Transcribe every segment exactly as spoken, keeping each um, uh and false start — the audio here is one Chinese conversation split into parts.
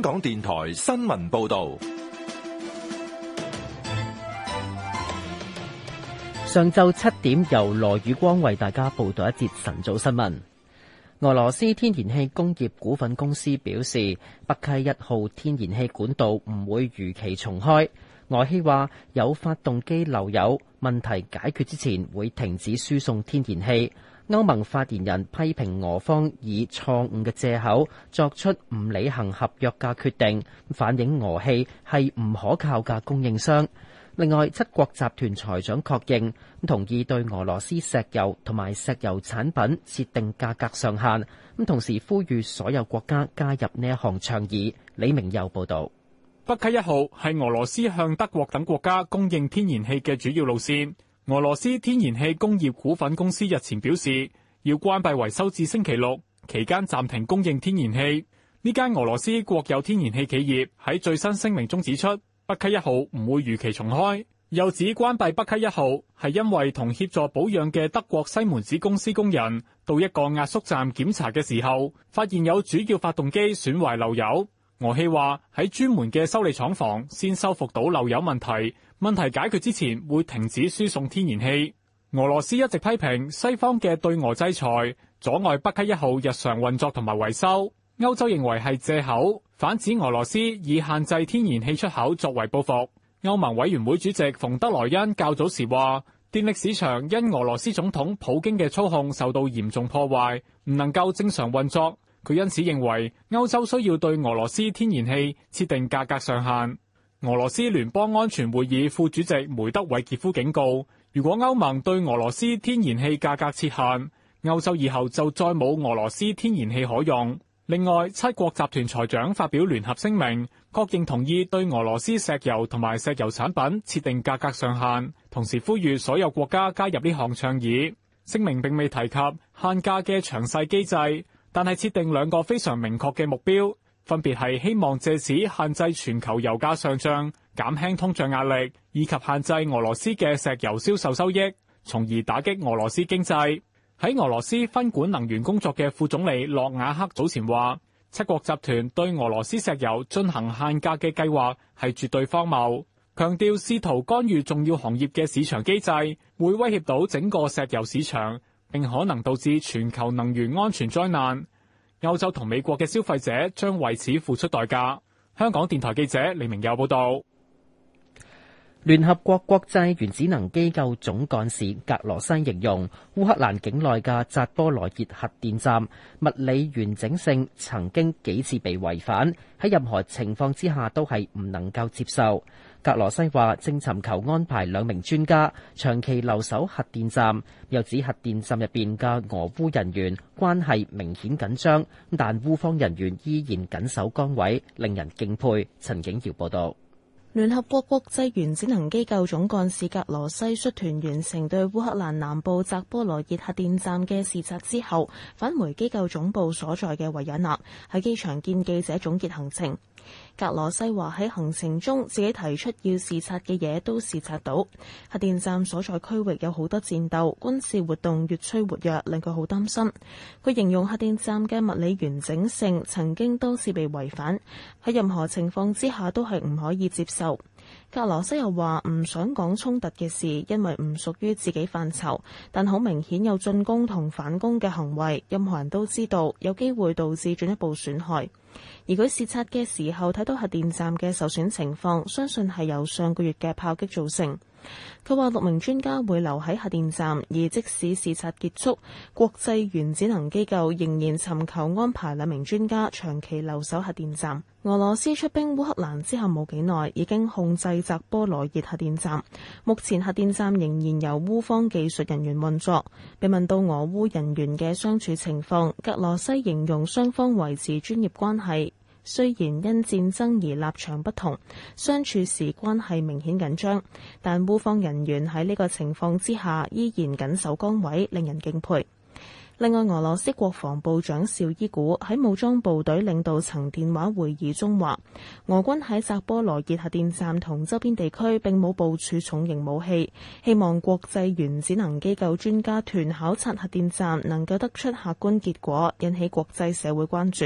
港電台新聞報道。 上晝七點，由羅宇光為大家報道一節晨早新聞。俄羅斯天然氣工業股份公司表示，北溪一號天然氣管道唔會如期重開。俄氣話有發動機漏油，問題解決之前會停止輸送天然氣。歐盟發言人批評俄方以錯誤嘅借口作出唔履行合約嘅決定，反映俄氣係唔可靠嘅供應商。另外，七國集團財長確認同意對俄羅斯石油同埋石油產品設定價格上限，咁同時呼籲所有國家加入呢一項倡議。李明佑報導。 北溪一號係俄羅斯向德國等國家供應天然氣嘅主要路線。俄羅斯天然氣工業股份公司日前表示，要關閉維修至星期六，期間暫停供應天然氣。呢間俄羅斯國有天然氣企業喺最新聲明中指出，北溪一號唔會如期重開，又指關閉北溪一號係因為同協助保養嘅德國西門子公司工人到一個壓縮站檢查嘅時候，發現有主要發動機損壞漏油。俄氣話喺專門嘅修理廠房先修復到漏油問題，問題解決之前會停止輸送天然氣。俄羅斯一直批評西方嘅對俄制裁阻礙北溪一號日常運作同埋維修。歐洲認為係借口，反指俄羅斯以限制天然氣出口作為報復。歐盟委員會主席馮德萊恩較早時話，電力市場因俄羅斯總統普京嘅操控受到嚴重破壞，唔能夠正常運作。佢因此認為歐洲需要對俄羅斯天然氣設定價格上限。俄羅斯聯邦安全會議副主席梅德韋傑夫警告，如果歐盟對俄羅斯天然氣價格設限，歐洲以後就再冇俄羅斯天然氣可用。另外，七國集團財長發表聯合聲明，確認同意對俄羅斯石油同埋石油產品設定價格上限，同時呼籲所有國家加入呢項倡議。聲明並未提及限價嘅詳細機制，但係設定兩個非常明確嘅目標，分別係希望借此限制全球油價上漲，減輕通脹壓力，以及限制俄羅斯嘅石油銷售收益，從而打擊俄羅斯經濟。喺俄羅斯分管能源工作嘅副總理諾瓦克早前話，七國集團對俄羅斯石油進行限價嘅計劃係絕對荒謬，強調試圖干預重要行業嘅市場機制會威脅到整個石油市場，並可能導致全球能源安全災難。歐洲同美國嘅消費者將為此付出代價。香港電台記者李明佑報道。 聯合國國際原子能機構總幹事格羅西形容，烏克蘭境內嘅扎波羅熱核電站物理完整性曾經幾次被違反，喺任何情況之下都係唔能夠接受。格羅西話正尋求安排兩名專家長期留守核電站，又指核電站入邊嘅俄烏人員關係明顯緊張，但烏方人員依然緊守崗位，令人敬佩。陳景堯報道。 聯合國國際原子能機構總幹事格羅西率團完成對烏克蘭南部扎波羅熱核電站嘅視察之後，返回機構總部所在嘅維也納，喺機場見記者總結行程。格羅西話喺行程中自己提出要視察嘅嘢都視察到，核電站所在區域有好多戰鬥，軍事活動越趨活躍，令佢好擔心。佢形容核電站嘅物理完整性曾經多次被違反，喺任何情況之下都係唔可以接受。格羅西又話唔想講衝突嘅事，因為唔屬於自己範疇，但好明顯有進攻同反攻嘅行為，任何人都知道有機會導致進一步損害。而佢視察嘅時候睇到核電站嘅受損情況，相信係由上個月嘅炮擊造成。佢話六名專家會留喺核電站，而即使視察結束，國際原子能機構仍然尋求安排兩名專家長期留守核電站。俄羅斯出兵烏克蘭之後冇幾耐，已經控制扎波羅熱核電站，目前核電站仍然由烏方技術人員運作。被問到俄烏人員嘅相處情況，格羅西形容雙方維持專業關係，雖然因戰爭而立場不同，相處時關係明顯緊張，但烏方人員喺呢個情況之下依然緊守崗位，令人敬佩。另外，俄羅斯國防部長紹伊古喺武裝部隊領導層電話會議中話，俄軍喺扎波羅熱核電站同周邊地區並冇部署重型武器，希望國際原子能機構專家團考察核電站能夠得出客觀結果，引起國際社會關注。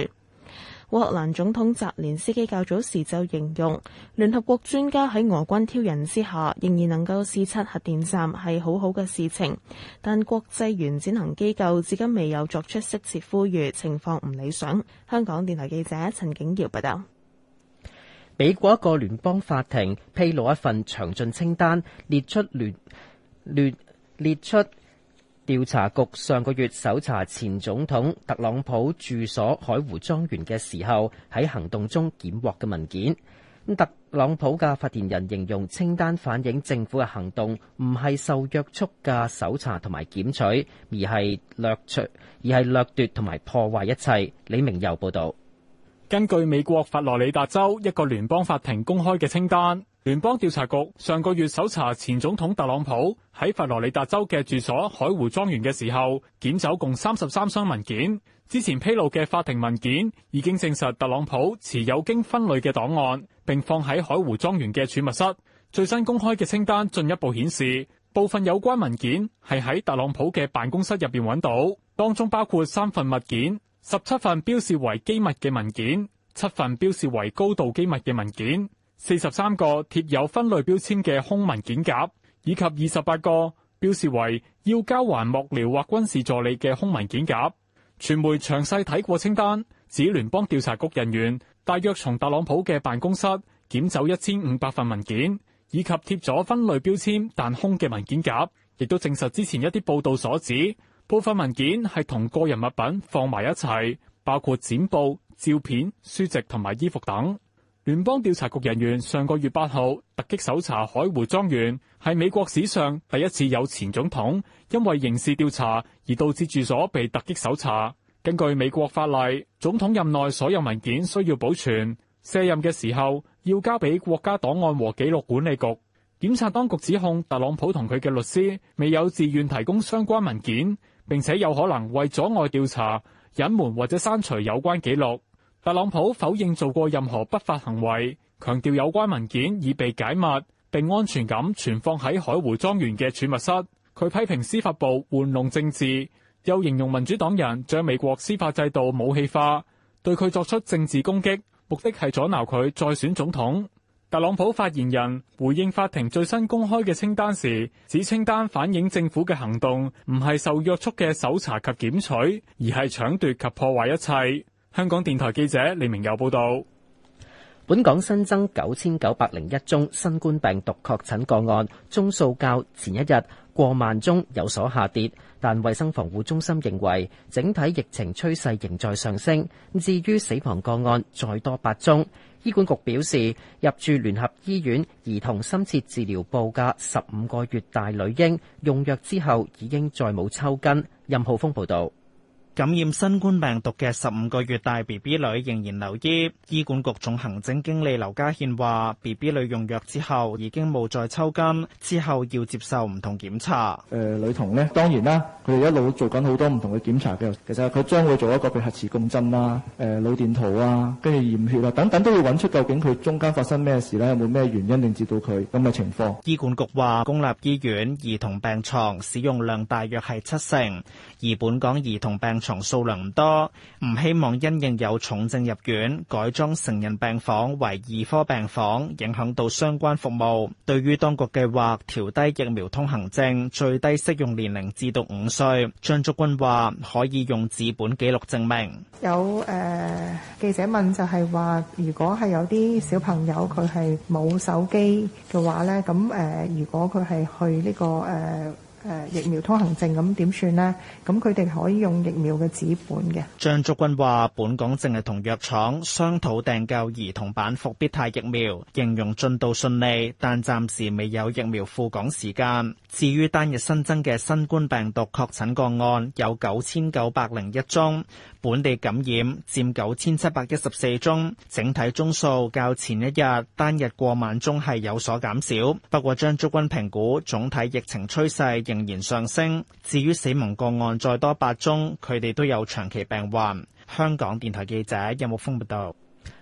烏克蘭總統澤連斯基較早時就形容，聯合國專家喺俄軍挑釁之下，仍然能夠視察核電站係好好嘅事情，但國際原子能機構至今未有作出適切呼籲，情況唔理想。香港電台記者陳景瑤報道。 美國一個聯邦法庭披露一份詳盡清單，列出聯列列出調查局上個月搜查前總統特朗普住所海湖莊園嘅時候喺行動中檢獲嘅文件。特朗普嘅發言人形容清單反映政府嘅行動唔係受約束嘅搜查同埋檢取，而係掠取而係掠奪同埋破壞一切。李明佑報道。 根據美國佛羅里達州一個聯邦法庭公開嘅清單，聯邦調查局上個月搜查前總統特朗普喺佛羅里達州嘅住所海湖莊園嘅時候，檢走共三十三箱文件。之前披露嘅法庭文件已經證實特朗普持有經分類嘅檔案，並放喺海湖莊園嘅儲物室。最新公開嘅清單進一步顯示，部分有關文件係喺特朗普嘅辦公室入邊揾到，當中包括三份物件、十七份標示為機密嘅文件、七份標示為高度機密嘅文件、四十三個貼有分類標籤嘅空文件夾，以及二十八個標示為要交還幕僚或軍事助理嘅空文件夾。傳媒詳細睇過清單，指聯邦調查局人員大約從特朗普嘅辦公室檢走一千五百份文件，以及貼咗分類標籤但空嘅文件夾，亦都證實之前一啲報道所指，部分文件係同個人物品放埋一齊，包括剪報、照片、書籍同埋衣服等。聯邦調查局人員上個月八號突擊搜查海湖莊園，係美國史上第一次有前總統因為刑事調查而導致住所被突擊搜查。根據美國法例，總統任內所有文件需要保存，卸任嘅時候要交俾國家檔案和紀錄管理局。檢察當局指控特朗普同佢嘅律師未有自願提供相關文件，並且有可能為阻礙調查隱瞞或者刪除有關記錄。特朗普否認做過任何不法行為，強調有關文件已被解密並安全咁存放喺海湖莊園嘅儲物室。佢批評司法部玩弄政治，又形容民主黨人將美國司法制度武器化，對佢作出政治攻擊，目的係阻撓佢再選總統。特朗普發言人回應法庭最新公開嘅清單時，指清單反映政府嘅行動唔係受約束嘅搜查及檢取，而係搶奪及破壞一切。香港電台記者李明友報道。 本港新增九千九百零一宗新冠病毒確診個案，宗數較前一日過萬宗有所下跌，但衛生防護中心認為整體疫情趨勢仍在上升。至於死亡個案再多八宗，醫管局表示入住聯合醫院兒童深切治療部嘅十五個月大女嬰用藥之後已經再冇抽筋。任浩峰報道。 感染新冠病毒嘅十五個月大 B B 女仍然留醫，醫管局總行政經理劉家憲話 B B 女用藥之後已經冇再抽筋，之後要接受唔同檢查。 誒、呃、女童呢，當然啦，佢哋一路做緊好多唔同嘅檢查嘅。其實佢將會做一個譬如核磁共振啊、誒、呃、腦電圖啊，跟住驗血啊等等，都要揾出究竟佢中間發生咩事咧，有冇咩原因令至到佢咁嘅情況。 醫管局話公立醫院兒童病床使用量大約係七成，而本港兒童病床數量唔多，唔希望因應有重症入院，改裝成人病房為兒科病房，影響到相關服務。對於當局計劃調低疫苗通行證最低適用年齡至到五歲，張竹君話可以用紙本記錄證明。 有誒、呃、記者問就係話，如果係有啲小朋友佢係冇手機嘅話咧，咁誒、呃、如果佢係去呢、這個誒。呃誒疫苗通行證咁點算呢？咁佢哋可以用疫苗嘅紙本嘅。 張竹君話：本港正係同藥廠商討訂購兒童版復必泰疫苗，形容進度順利，但暫時未有疫苗赴港時間。至於單日新增嘅新冠病毒確診個案有九千九百零一宗，本地感染佔九千七百一十四宗，整體宗數較前一日單日過萬宗係有所減少。不過張竹君評估總體疫情趨勢仍然上升。至於死亡個案再多八宗，佢哋都有長期病患。香港電台記者任木峰報道。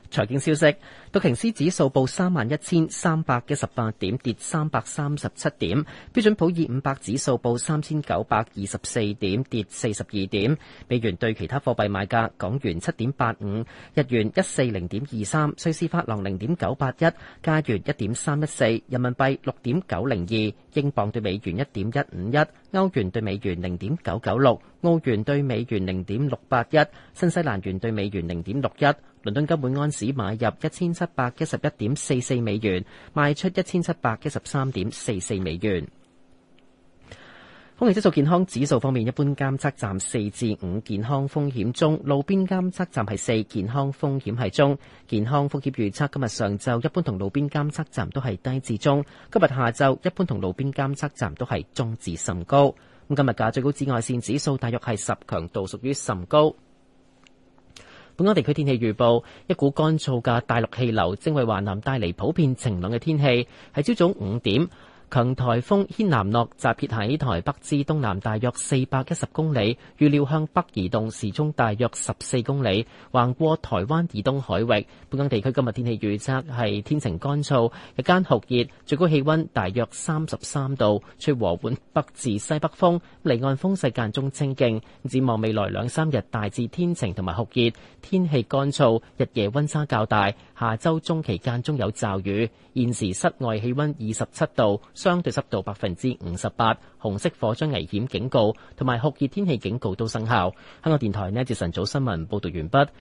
財經消息，道瓊斯指數報三萬一千三百一十八點，跌三百三十七點；標準普爾五百指數報三千九百二十四點，跌四十二點。美元對其他貨幣買價：港元七點八五，日元一四零點二三，瑞士法郎零點九八一，加元一點三一四，人民幣六點九零二，英鎊對美元一點一五一，歐元對美元零點九九六，澳元對美元零點六八一，新西蘭元對美元零點六一。倫敦金每安士買入一千七百一十一點四四美元，賣出一千七百一十三點四四美元。空氣質素健康指數方面，一般監測站四至五，健康風險中；路邊監測站係四，健康風險係中。健康風險預測今日上晝一般同路邊監測站都係低至中，今日下晝一般同路邊監測站都係中至甚高。咁今日嘅最高紫外線指數大約係十，強度屬於甚高。本港地區天氣預報，一股乾燥嘅大陸氣流正為華南帶嚟普遍晴朗嘅天氣。喺朝早五點，強颱風軒嵐諾集結喺台北至東南大約四百一十公里，預料向北移動，時速大約十四公里，橫過台灣以東海域。本港地區今日天氣預測係天晴乾燥，日間酷熱，最高氣溫大約三十三度，吹和緩北至西北風，離岸風勢間中清勁。展望未來兩三日大致天晴同埋酷熱，天氣乾燥，日夜溫差較大。下週中期間中有驟雨。現時室外氣溫二十七度，相對濕度百分之五十八，紅色火災危險警告同埋酷熱天氣警告都生效。香港電台呢一節晨早新聞報道完畢。